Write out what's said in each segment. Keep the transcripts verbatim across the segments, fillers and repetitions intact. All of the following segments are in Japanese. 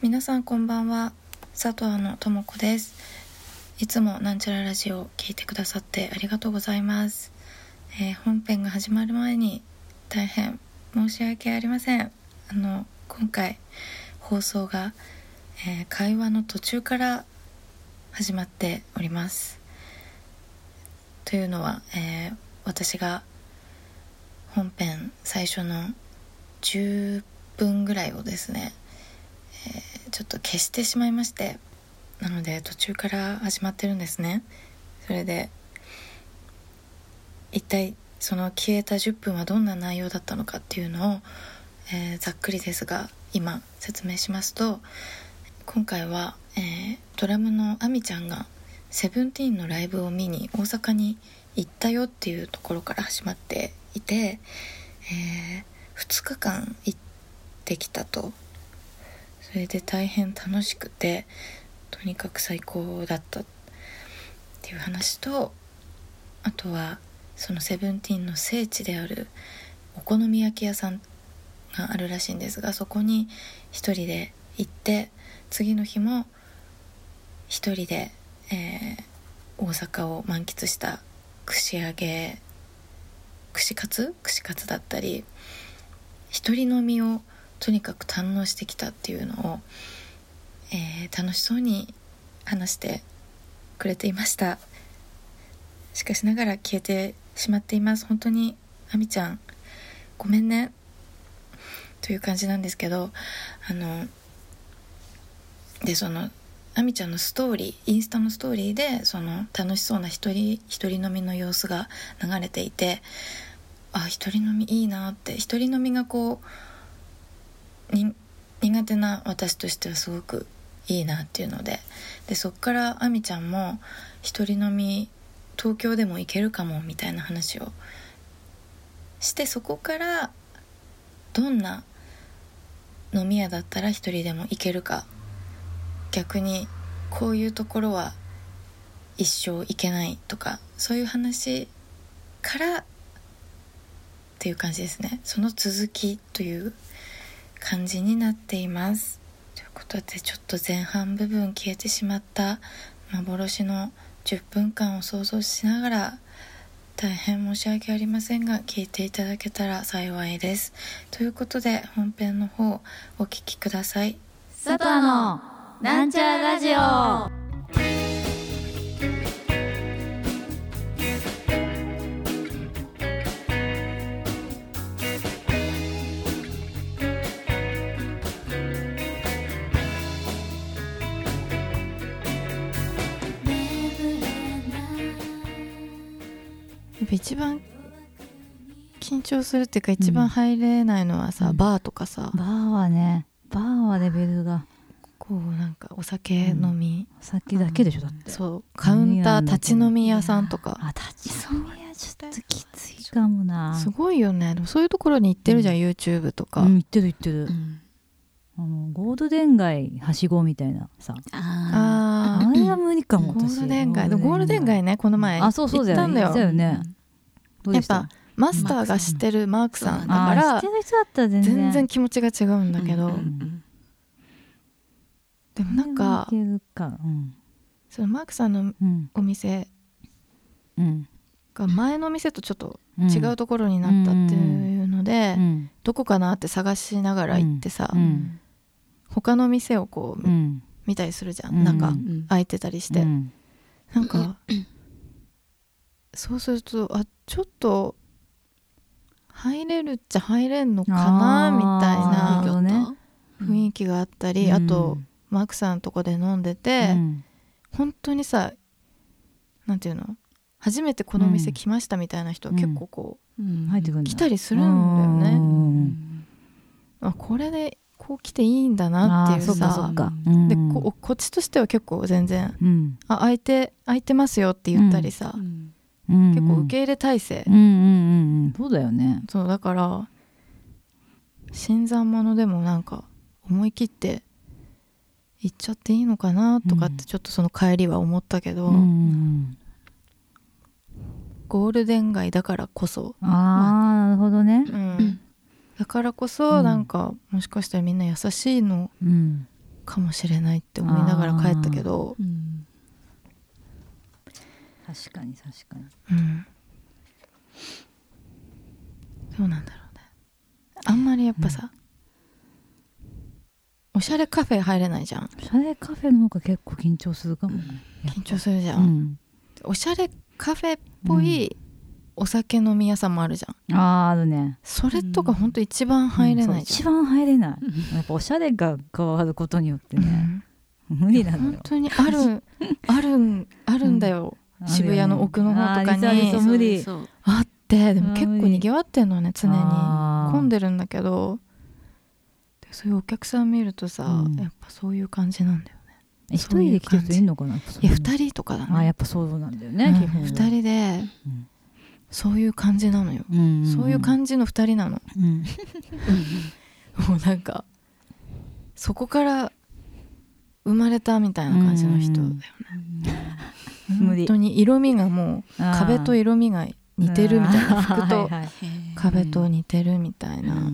皆さんこんばんは、佐藤のともこです。いつもなんちゃらラジオを聞いてくださってありがとうございます。えー、本編が始まる前に大変申し訳ありません。あの今回放送が、えー、会話の途中から始まっております。というのは、えー、私が本編最初のじゅっぷんぐらいをですね、えー、ちょっと消してしまいまして、なので途中から始まってるんですね。それで一体その消えたじゅっぷんはどんな内容だったのかっていうのを、えー、ざっくりですが今説明しますと、今回は、えー、ドラムのあみちゃんがセブンティーンのライブを見に大阪に行ったよっていうところから始まっていて、えー、ふつかかん行ってきたと。それで大変楽しくて、とにかく最高だったっていう話と、あとはそのセブンティーンの聖地であるお好み焼き屋さんがあるらしいんですが、そこに一人で行って、次の日も一人で、えー、大阪を満喫した串揚げ串カツ串カツだったり、一人飲みをとにかく堪能してきたっていうのを、えー、楽しそうに話してくれていました。しかしながら消えてしまっています。本当にあみちゃんごめんねという感じなんですけど、あのでそのあみちゃんのストーリーインスタのストーリーでその楽しそうな一人一人飲みの様子が流れていて、あ、一人飲みいいなって、一人飲みがこうに苦手な私としてはすごくいいなっていうので、でそっからあみちゃんも一人飲み東京でも行けるかもみたいな話をして、そこからどんな飲み屋だったら一人でも行けるか、逆にこういうところは一生行けないとか、そういう話からっていう感じですね。その続きという感じになっています。ということで、ちょっと前半部分消えてしまった幻のじゅっぷんかんを想像しながら、大変申し訳ありませんが聞いていただけたら幸いです。ということで本編の方お聞きください。 佐藤のなんちゃらラジオ。 一番緊張するっていうか、一番入れないのはさ、うん、バーとかさ、 バーはね、バーはレベルがこうなんかお酒飲み、 うん、お酒だけでしょ、だってそうカウンター立ち飲み屋さんとか、 あ、立ち飲み屋ちょっときついかもな。 すごいよね。でもそういうところに行ってるじゃん、うん、YouTube とか、 うん、行ってる行ってる、うん、あのゴールデン街はしごみたいなさ、ああ、あれは無理かも。 ゴールデン街、ゴールデン街ね、この前行ったんだよ。 そうそうだよね。 やっぱマスターが知ってるマークさんだから、 知ってる人だったら全然全然気持ちが違うんだけど、うんうんうん、でもなんか、うん、そのマークさんのお店が前のお店とちょっと違うところになったっていうので、うんうん、どこかなって探しながら行ってさ、うん、他の店をこう、うん、見たりするじゃん、うん、なんか空いてたりして、うん、なんかそうすると、あ、ちょっと入れるっちゃ入れんのかなみたいな雰囲気があったり、うん、あとマークさんのとこで飲んでて、うん、本当にさ、なんていうの、初めてこの店来ましたみたいな人は結構こう、うんうん、来たりするんだよね、うん、あ、これでこう来ていいんだなっていうさ、 そっか、 で こ, こっちとしては結構全然、うん、あ、空いて空いてますよって言ったりさ、うんうん、結構受け入れ体制、 うんうんうん、そうだよね。 そうだから新参者でもなんか思い切って行っちゃっていいのかなとかってちょっとその帰りは思ったけど、うん、ゴールデン街だからこそ、 あ、まあ、なるほどね、 うん、だからこそなんかもしかしたらみんな優しいのかもしれないって思いながら帰ったけど、 うん、確かに確かに、 うん、どうなんだろうね。あんまりやっぱさ、うん、おしゃれカフェ入れないじゃん。 おしゃれカフェの方が結構緊張するかもね。 緊張するじゃん、うん、おしゃれカフェっぽいお酒飲み屋さんもあるじゃん、 うん、あーあるね。 それとかほんと一番入れないじゃん、うん、 一番入れないやっぱおしゃれが加わることによってね、うん、無理なのよ。 本当にあるあるあるんだよ、うん、渋谷の奥の方とかに無理あって、でも結構にぎわってんのね、常に混んでるんだけど、そういうお客さん見るとさ、うん、やっぱそういう感じなんだよね。 一人で来てる人いるのかな。 いや二人とかだね。 あ、やっぱそうなんだよね、 うん、 基本は二人で、うん、そういう感じなのよ、うんうんうん、そういう感じの二人なの、うん、もうなんかそこから生まれたみたいな感じの人だよね、うんうん、本当に色味がもう壁と色味が似てるみたいな、服と壁と似てるみたいな、うん、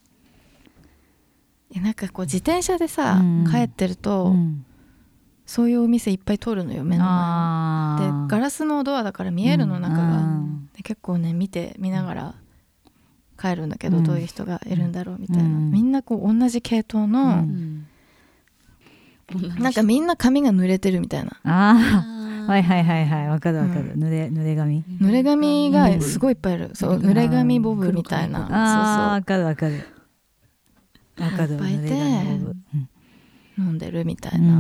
いやなんかこう自転車でさ、うん、帰ってると、うん、そういうお店いっぱい通るのよ、目の前で。ガラスのドアだから見えるの、中が、うん、で結構ね見て見ながら帰るんだけど、うん、どういう人がいるんだろうみたいな、うん、みんなこう同じ系統の、うん、なんかみんな髪が濡れてるみたいな。 あはいはいはいはい、わかるわかる、うん、濡れ濡れ髪濡れ髪がすごいいっぱいいる、そう濡れ髪ボブみたいな、 ああわかるわかるわかる、 いっぱいいて、うん、飲んでるみたいな、うん、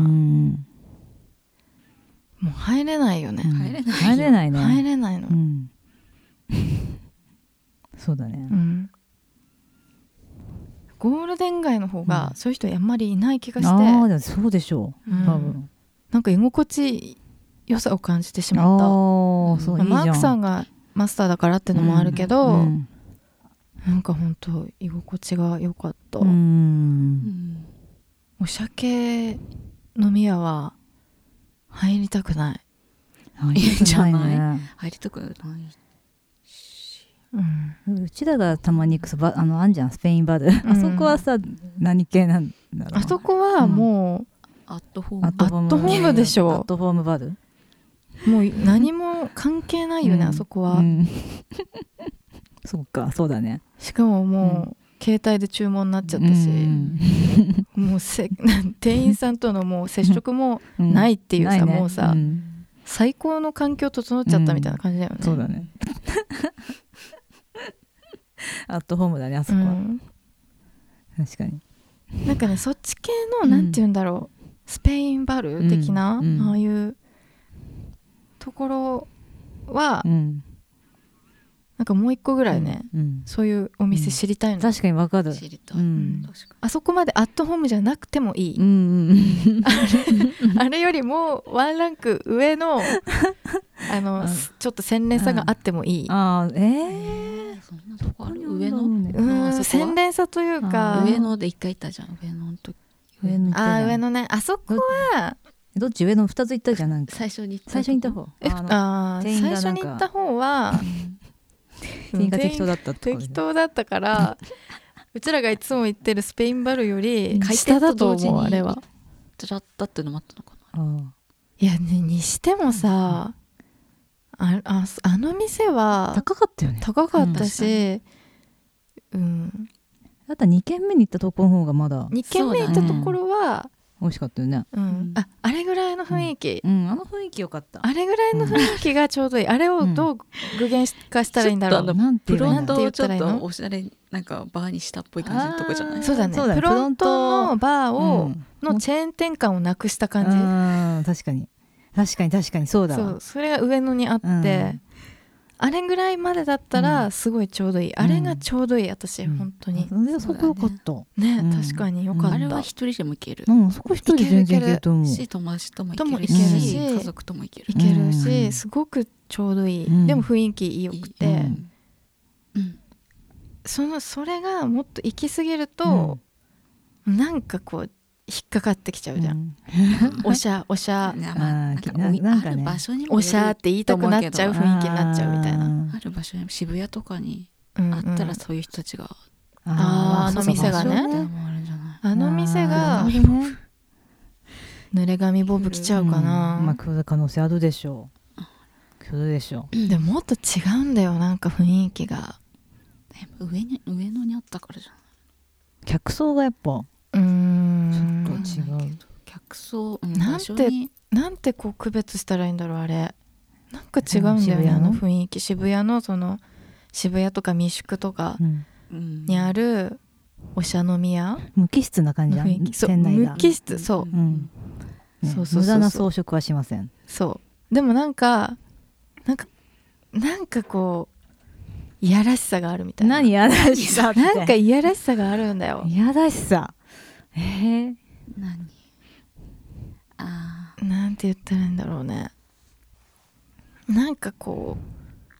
もう入れないよね、 うん、入れない入れないね、 入れないの、うん、 そうだね、 うん、ゴールデン街の方がそういう人あんまりいない気がして、うん、 ああそうでしょう、うん、多分なんか居心地良さを感じてしまった。そう、まあ、マークさんがマスターだからってのもあるけど、うんうん、なんか本当居心地が良かった、うん、お酒飲み屋は入りたくない。 入りたくないね。 入りたくないし、 うん、うちらがたまに行くあのあんじゃんスペインバル、うん、あそこはさ何系なんだろう。 あそこはもう、うん、 アットホームアットホームでしょ。 アットホームバルもう何も関係ないよね、うん、あそこは、うん、 そうかそうだね。 しかももう、うん、携帯で注文になっちゃったし、うん、もうせ店員さんとのもう接触もないっていうさ、うん、もうさ、うん、最高の環境整っちゃったみたいな感じだよね、 うん、そうだねアットホームだねあそこは、うん、確かになんかねそっち系のなんて言うんだろう、うん、スペインバル的な、うん、ああいうところは、うん、なんかもう一個ぐらいね、うん、そういうお店知りたいの、うん、 確かに分かる、 知りたい、 うん、あそこまでアットホームじゃなくてもいい、うんうん、あれ、あれよりもワンランク上のあのちょっと洗練さがあってもいい。 ああ、えー、 そんなとこある。上の、 うん、洗練さというか、 上野で一回行ったじゃん、上野の時。 上野あ上野ね、あそこはどっち上のふたつ行ったじゃん、なんか最初に行った最初に行った方、 あ最初に行った方は店員が適当だったって、 適当だったからうちらがいつも行ってるスペインバルより下だと思う、あれはちらったっていうのもあったのかな。 あいやね、にしてもさ、うん、あ, あ, あの店は高かったよね。 高かったし、うん、うん、 あとに軒目に行ったところの方がまだに軒目行ったところは美味しかったよね、 うん、あ, あれぐらいの雰囲気、 うんうん、あの雰囲気良かった。 あれぐらいの雰囲気がちょうどいい、うん、あれをどう具現化したらいいんだろう、うん、 なんていうの、フロントをちょっとおしゃれなんかバーにしたっぽい感じのとこじゃない。 そうだね、フロントのバーを、うん、のチェーン転換をなくした感じ、 うん、確かに確かに確かにそうだわ。 そう、それが上野にあって、うん、あれぐらいまでだったらすごいちょうどいい、うん、あれがちょうどいい私、うん、本当に、 うん、そこよかったね、うん、確かによかった、 あれは一人でも行ける、 うん、そこ一人で全然行けると思うし、 友達とも行けるし、家族とも行ける行けるし、うん、すごくちょうどいい、うん、でも雰囲気良くて、うんうん、そのそれがもっと行き過ぎると、うん、なんかこう引っかかってきちゃうじゃん、うん、おしゃおしゃ、 まあ、なんかなんかね、ある場所にもおしゃって言いたくなっちゃう雰囲気になっちゃうみたいな、 あ, ある場所に渋谷とかにあったらそういう人たちが、 うんうん、あああの店がね、 あの店が濡れ髪ボブ来ちゃうかな、 うん、まあ来る可能性あるでしょう来るでしょう。 でももっと違うんだよなんか雰囲気が。 上に上野にあったからじゃない。 客層がやっぱうーんちょっと違う。 客層、うん、 なんてなんてこう区別したらいいんだろうあれ。なんか違うんだよね、あの雰囲気。渋谷のその渋谷とか三宿とかにあるお茶飲み屋、 無機質な感じだね。店内が無機質、そう、うんね、 そうそうそうそう、 無駄な装飾はしません。 そうでもなんかなんかなんかこういやらしさがあるみたいな。 何いやらしさって。 なんかいやらしさがあるんだよ。 いやらしさえー、 何あなんて言ったらいいんだろうね。なんかこう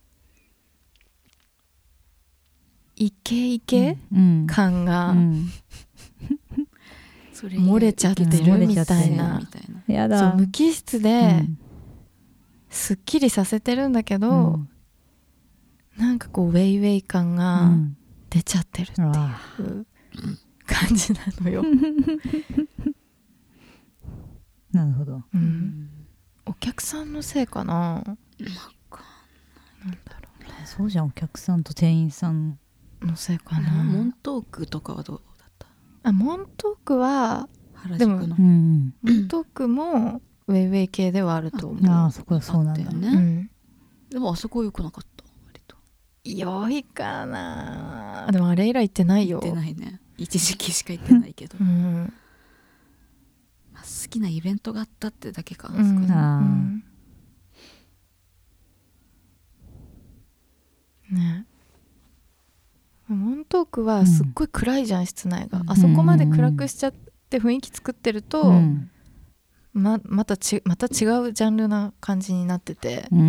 イケイケ感が、うんうん、それ漏れちゃってるみたいな。 やだ。 そう無機質で、うん、すっきりさせてるんだけど、うん、なんかこうウェイウェイ感が出ちゃってるっていう感じなのよ。 なるほど、 うん、お客さんのせいかな。なんだろうね。 そうじゃん、お客さんと店員さんのせいかな。 モントークとかはどうだった？ あ、モントークは原宿の、 でも、うん、モントークもウェイウェイ系ではあると思う。 ああ、そこはそうなんだよね、 うん、 でもあそこ良くなかった。割と良いかな。でもあれ以来行ってないよ。 行ってないね。一時期しか行ってないけど、うんまあ、好きなイベントがあったってだけか、うん、そこで、うんね。モントークはすっごい暗いじゃん、うん、室内が、あそこまで暗くしちゃって雰囲気作ってると、うん、ま, ま, たちまた違うジャンルな感じになってて、うん、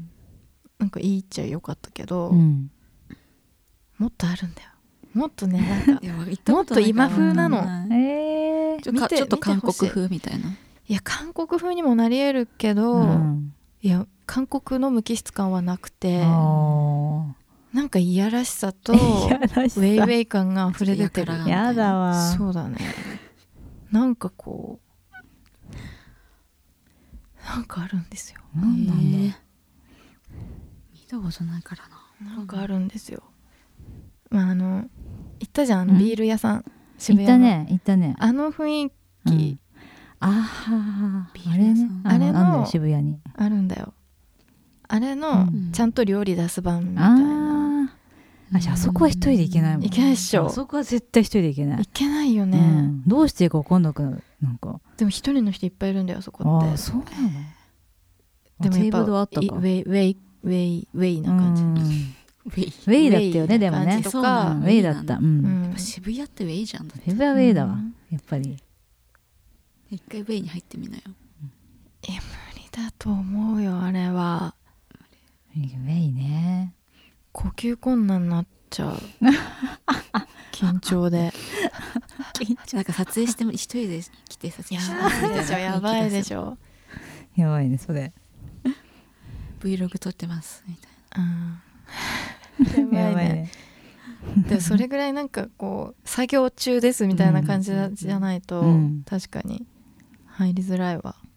なんかいいっちゃよかったけど、うん、もっとあるんだよ。もっとねなんかもっと今風なの、 えー、ち, ょちょっと韓国風みたいな。 いや韓国風にもなり得るけど、うん、いや韓国の無機質感はなくて、なんかいやらしさとウェイウェイ感が溢れ出てる。 やだわ。 そうだね。なんかこうなんかあるんですよ。 なんなんだ、えー、見たことないからな。なんかあるんですよ。まああの行ったじゃん、あのビール屋さん、 渋谷の。行ったね行ったね。 あの雰囲気、うん、 あああれね、 あれの渋谷にあるんだよ。あれの、うん、ちゃんと料理出す版みたいな。 あ, あ, あそこは一人で行けないもん。 行けないっしょ。 あそこは絶対一人で行けない。 行けないよね、うん、 どうしていいか分かんなくなる。なんかでも一人の人いっぱいいるんだよそこって。 あそうなの。 でもやっぱテーブルあったか。 ウェイウェイウェイウェイな感じ、うん、 ウェイウェイだったよね。でもねとかウェイだった、うん、 やっぱ渋谷ってウェイじゃん。だって渋谷ウェイだわ、うん、やっぱり。 一回ウェイに入ってみなよ。 いや無理だと思うよあれは。 ウェイね。 呼吸困難になっちゃう緊張でなんか撮影しても一人で来て撮影しやばいでしょやばいでしょやばいねそれ。 Vlog 撮ってますみたいな、 うん、やばいねでもそれぐらいなんかこう作業中ですみたいな感じじゃないと、うん、確かに入りづらいわ。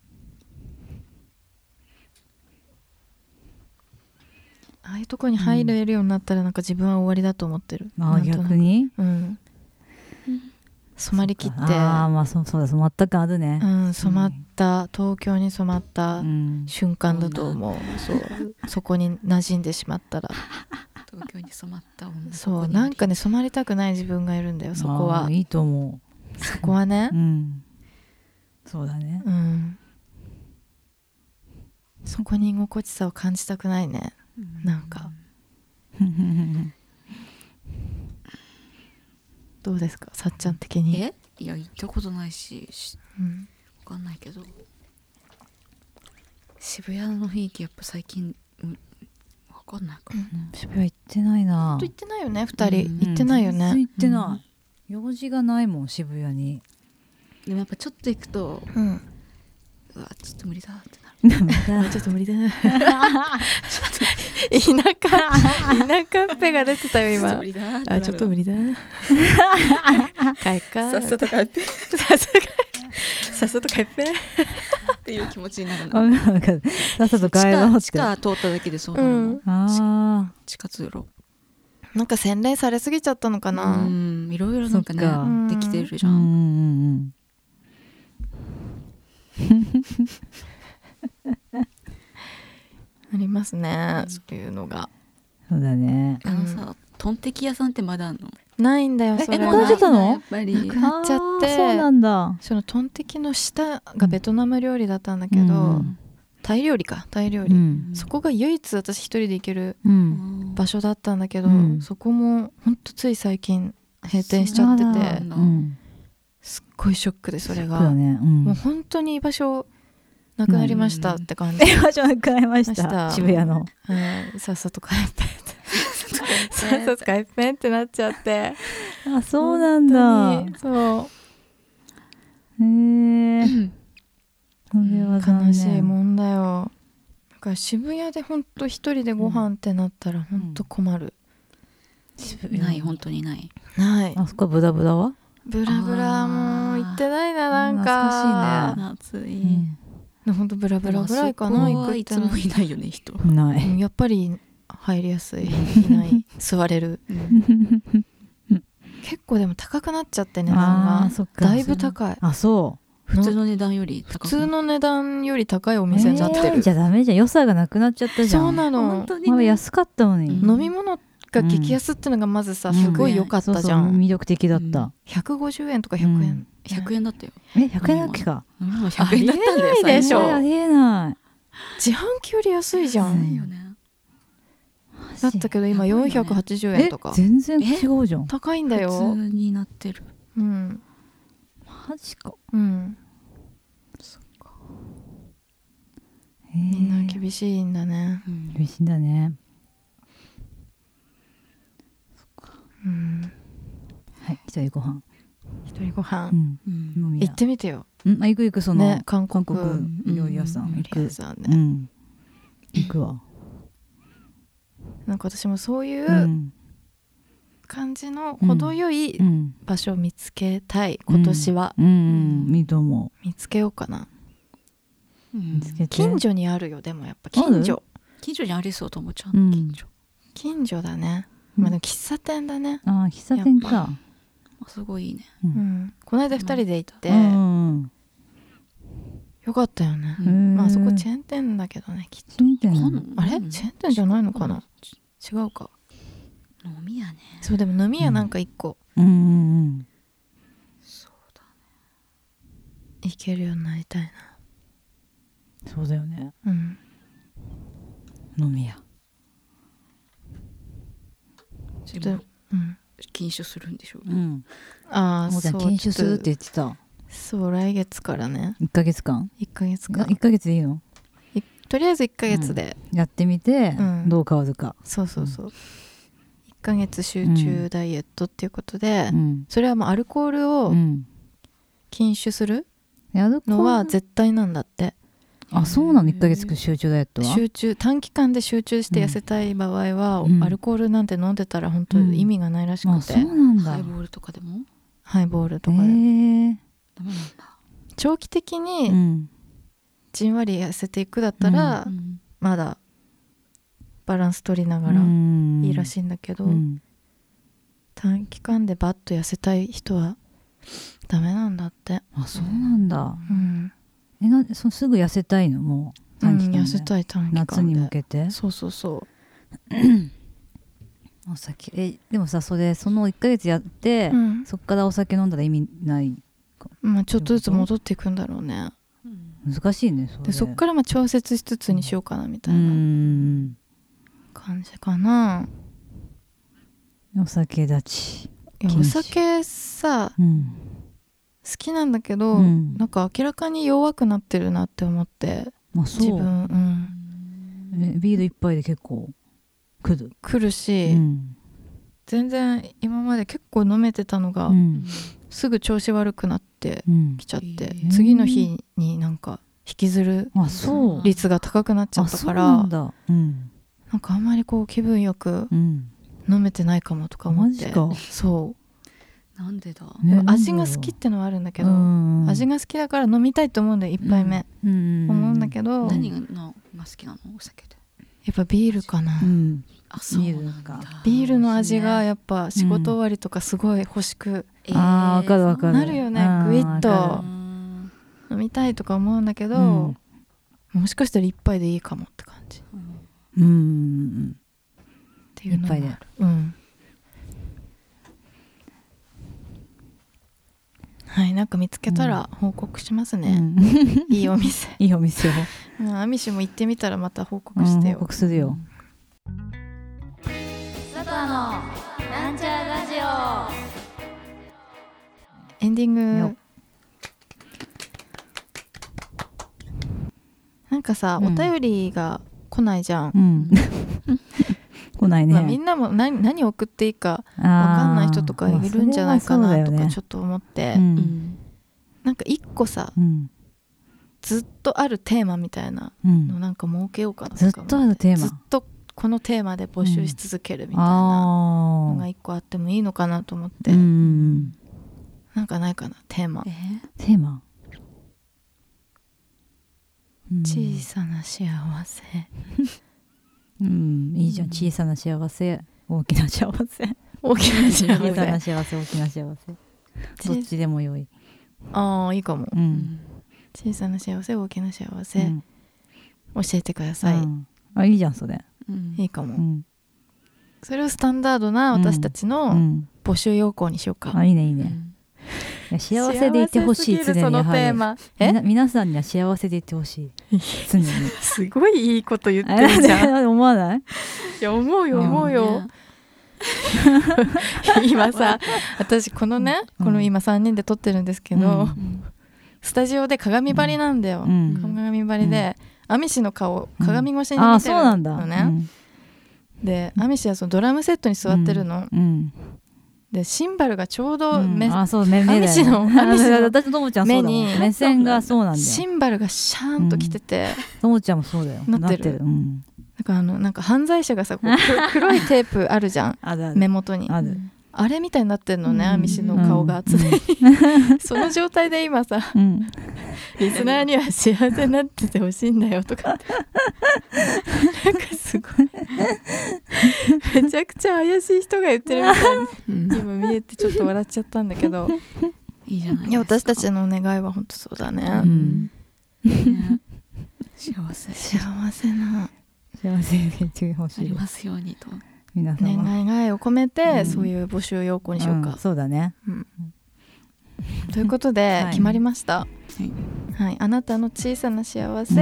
ああいうとこに入れるようになったらなんか自分は終わりだと思ってる。 ああ逆に、 うん、染まりきって。 ああまあそうそうだ染まった感あるね、 うん、染まった、うん、東京に染まった瞬間だと思う、うん、そうそこに馴染んでしまったら東京に染まった女。 そうなんかね染まりたくない自分がいるんだよそこは。 いいと思うそこはね、 うん、そうだね、 うん、そこに居心地さを感じたくないね。なんかどうですかさっちゃん的に。 えいや行ったことないし、うん、分かんないけど渋谷の雰囲気やっぱ最近、うん、分かんないかも、 うん、渋谷行ってないな。 ほんと行ってないよねふたり、うん、行ってないよね。 行ってない、うん、用事がないもん渋谷に。 でもやっぱちょっと行くと、うん、うわちょっと無理だってなるちょっと無理だなちょっと田舎田舎っぺが出てたよ今。あちょっと無理だ帰っかさっさと帰ってさっさと帰ってっていう気持ちになるの。 さっさと帰ろうって。 地下通っただけでそうなの、うん、 あ地下通路なんか洗練されすぎちゃったのかな。 うんいろいろなんかねかできてるじゃん。うんうんありますね、うん、そういうのが。 そうだね。 あのさ、うん、トンテキ屋さんってまだあんの？ ないんだよそれ。 えなくなっちゃったの？ やっぱりなくなっちゃって。 そうなんだ。 そのトンテキの下がベトナム料理だったんだけど、うん、タイ料理かタイ料理、うん、そこが唯一私一人で行ける場所だったんだけど、うん、そこもほんとつい最近閉店しちゃってて、うん、すっごいショックでそれが、ねうん、もう本当に居場所なくなりましたって感じ。 居場所なくなりました渋谷の、 うん、さっさと帰ってさっさと帰ってってなっちゃって。 あそうなんだ。 そうへえ悲しいもんだよ。だから渋谷でほんと一人でご飯ってなったらほんと困る、 うん、ない本当にないない。 あそこブラブラはブラブラもう行ってないな。なんか懐かしいね、 うん、ほんとブラブラぐらいかな。 行くっていつもいないよね人。 ないやっぱり入りやすいいない座れる、うん、結構でも高くなっちゃって値段がだいぶ高い。 あそう普通の値段より高普通の値段より高いお店になってる、 えー、じゃダメじゃん。良さがなくなっちゃったじゃん。 そうなの本当に、ね、 まだ安かったのに、 うん、飲み物が激安ってのがまずさ、うん、すごい良かったじゃん、 そうそう魅力的だった、うん、 ひゃくごじゅうえんとかひゃくえん、うん、 ひゃくえんだったよ。 えひゃくえんだっけか。 ひゃくえんだったんだよ。 ありえないでしょ。 ありえない。 自販機より安いじゃん、 安いよね。 だったけど今よんひゃくはちじゅうえんとか、 全然違うじゃん。 高いんだよ。 普通になってる。 うんマジか。 うんそっか。みんな厳しいんだね、 うん、厳しいんだね。 そっか、うん、 はい一人ご飯一人ご飯、 うんうん、 行ってみてよ。 うんあ行く行くその、 ね、韓国料理屋さん行く、 うんねうん、 行くわ。 なんか私もそういう感じの程よい場所を見つけたい、うん、今年は、 うんうんうん、いいと思う。 見つけようかな、 うん、見つけて。 近所にあるよ。でもやっぱ近所近所にありそうと思っちゃう、 うん、 近所近所だね、うん、まあでも喫茶店だね。 あ喫茶店か。 すごいいいね、 うんうん、この間ふたりで行って、うん、よかったよね、うん、まあそこチェーン店だけどねきっと。あれチェーン店じゃないのかな。違うか。 飲み屋ね。 そうでも飲み屋なんか一個、 うんうんうん、 そうだね。 行けるようになりたいな。 そうだよね、 うん、 飲み屋ちょっと、うん、禁酒するんでしょう、 うん、 ああそう禁酒するって言ってた。 そう来月からね。 いっかげつかんいっかげつかんいっかげつでいいの。 とりあえずいっかげつで、 うん、やってみて、うん、どう変わるか。 そうそうそう、うん、いっかげつ集中ダイエットっていうことで、うん、それはもうアルコールを禁酒するのは絶対なんだって、 うん、あそうなの。いっかげつ集中ダイエットは集中短期間で集中して痩せたい場合は、うん、アルコールなんて飲んでたら本当に意味がないらしくて、うん、あそうなんだ。 ハイボールとかでもハイボールとかで、えー、 ダメなんだ。 長期的にじんわり痩せていくだったら、うん、まだバランス取りながらいいらしいんだけど、うん、短期間でバッと痩せたい人はダメなんだって。 あそうなんだ、 うん、 えなそすぐ痩せたいの。もう短期間で、 うん、痩せたい短期間で夏に向けて。 そうそうそうお酒えでもさそれそのいっかげつやって、うん、そっからお酒飲んだら意味ないか、 まあ、ちょっとずつ戻っていくんだろうね。 難しいね。それでそっからまあ調節しつつにしようかなみたいな感じかな。 お酒立ち。 いやお酒さ、うん、好きなんだけど、うん、なんか明らかに弱くなってるなって思って、 まあ、そう自分、うん、 えビール一杯で結構来る来るし、うん、全然今まで結構飲めてたのが、うん、すぐ調子悪くなってきちゃって、うん、次の日になんか引きずる率が高くなっちゃったから、 あそうなんだ、うん、 なんかあんまりこう気分よく飲めてないかもとか思って、 うん、マジか。 そうなんでだ、 ね、味が好きってのはあるんだけど、味が好きだから飲みたいと思うんだよ、いっぱいめ、うん、思うんだけど、 何のが好きなのお酒で。 やっぱビールかな、うん、 あ、そうなんだ。 ビールの味がやっぱ仕事終わりとかすごい欲しく、 うん、あーわかるわかるなるよね。グイッと飲みたいとか思うんだけど、うん、もしかしたら一杯でいいかもって感じ、 うん、うん、 っていうのもある。 一杯で、 うん、はい、なんか見つけたら報告しますね、うん、いいお店いいお店をアミシも行ってみたらまた報告してよ、 うん、報告するよ。 佐藤のなんちゃらラジオエンディング。なんかさ、うん、お便りが来ないじゃん、うん、 来ないね、まあ、 みんなも 何, 何送っていいか分かんない人とかいるんじゃないかなとかちょっと思って、うん、なんか一個さ、うん、ずっとあるテーマみたいなのなんか設けようかなとか、 ずっとあるテーマ、 ずっとこのテーマで募集し続けるみたいなのが一個あってもいいのかなと思って、うん、なんかないかなテーマ、えー、テーマ、 小さな幸せうん、いいじゃん、小さな幸せ、大きな幸せ、 大きな幸せ、 小さな幸せ、大きな幸せ、どっちでもよい。 ああ、いいかも、うん、小さな幸せ、大きな幸せ、うん、教えてください、うん、 あ、いいじゃんそれ、 うん、いいかも、うん、それをスタンダードな私たちの募集要項にしようか、 うん、あ、いいねいいね、いや幸せでいてほしい、常に。そのテーマ、えみ皆さんには幸せでいてほしい、常にすごいいいこと言ってるじゃん思わない？ いや、思うよ思うよ、今さ、私このね、うん、この今さんにんで撮ってるんですけど、うん、スタジオで鏡張りなんだよ、うん、鏡張りで、うん、アミシの顔鏡越しに見てるのね、うん、あ、そうなんだ、うん、でアミシはそのドラムセットに座ってるの、うんうん、でシンバルがちょうど目、うん、あ、そう、目アミシの、アミシの私とともちゃんそうだもん、目線がそうなんだよ、 シンバルがシャーンときてて、 ともちゃんもそうだよ、 なってる、なってる、うん、なんかあのなんか犯罪者がさ、こう黒いテープあるじゃんあるある、目元に あ, るあれみたいになってるのね、うん、アミシの顔が常に、うん、その状態で今さ、うん、リスナーには幸せになっててほしいんだよとかなんかすごいめちゃくちゃ怪しい人が言ってるみたいに今見えてちょっと笑っちゃったんだけどいいじゃないですか。 いや、私たちの願いは本当そうだね、うんね、幸せ幸せな幸せでほしいありますようにと皆様願いを込めて、うん、そういう募集要項にしようか、 うん、そうだね、うん、 ということで、はい、決まりました、はいはい、あなたの小さな幸せ、うん、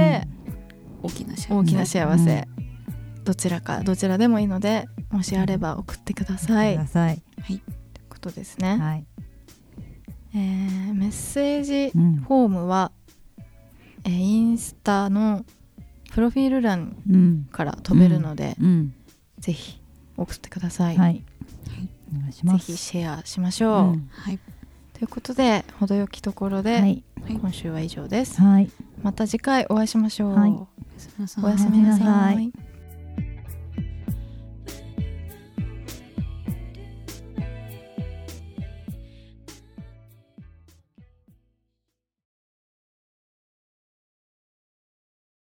大きな幸せ、 大きな幸せ、うん、どちらかどちらでもいいので、もしあれば送ってください、 ください、 はい、ということですね、はい、えー、メッセージフォームは、うん、えー、インスタのプロフィール欄から飛べるので、うんうん、ぜひ送ってください、はい、お願いします。ぜひシェアしましょう、うん、はい、ということで程よきところで、はい、今週は以上です、はい、また次回お会いしましょう、はい、おやすみなさい。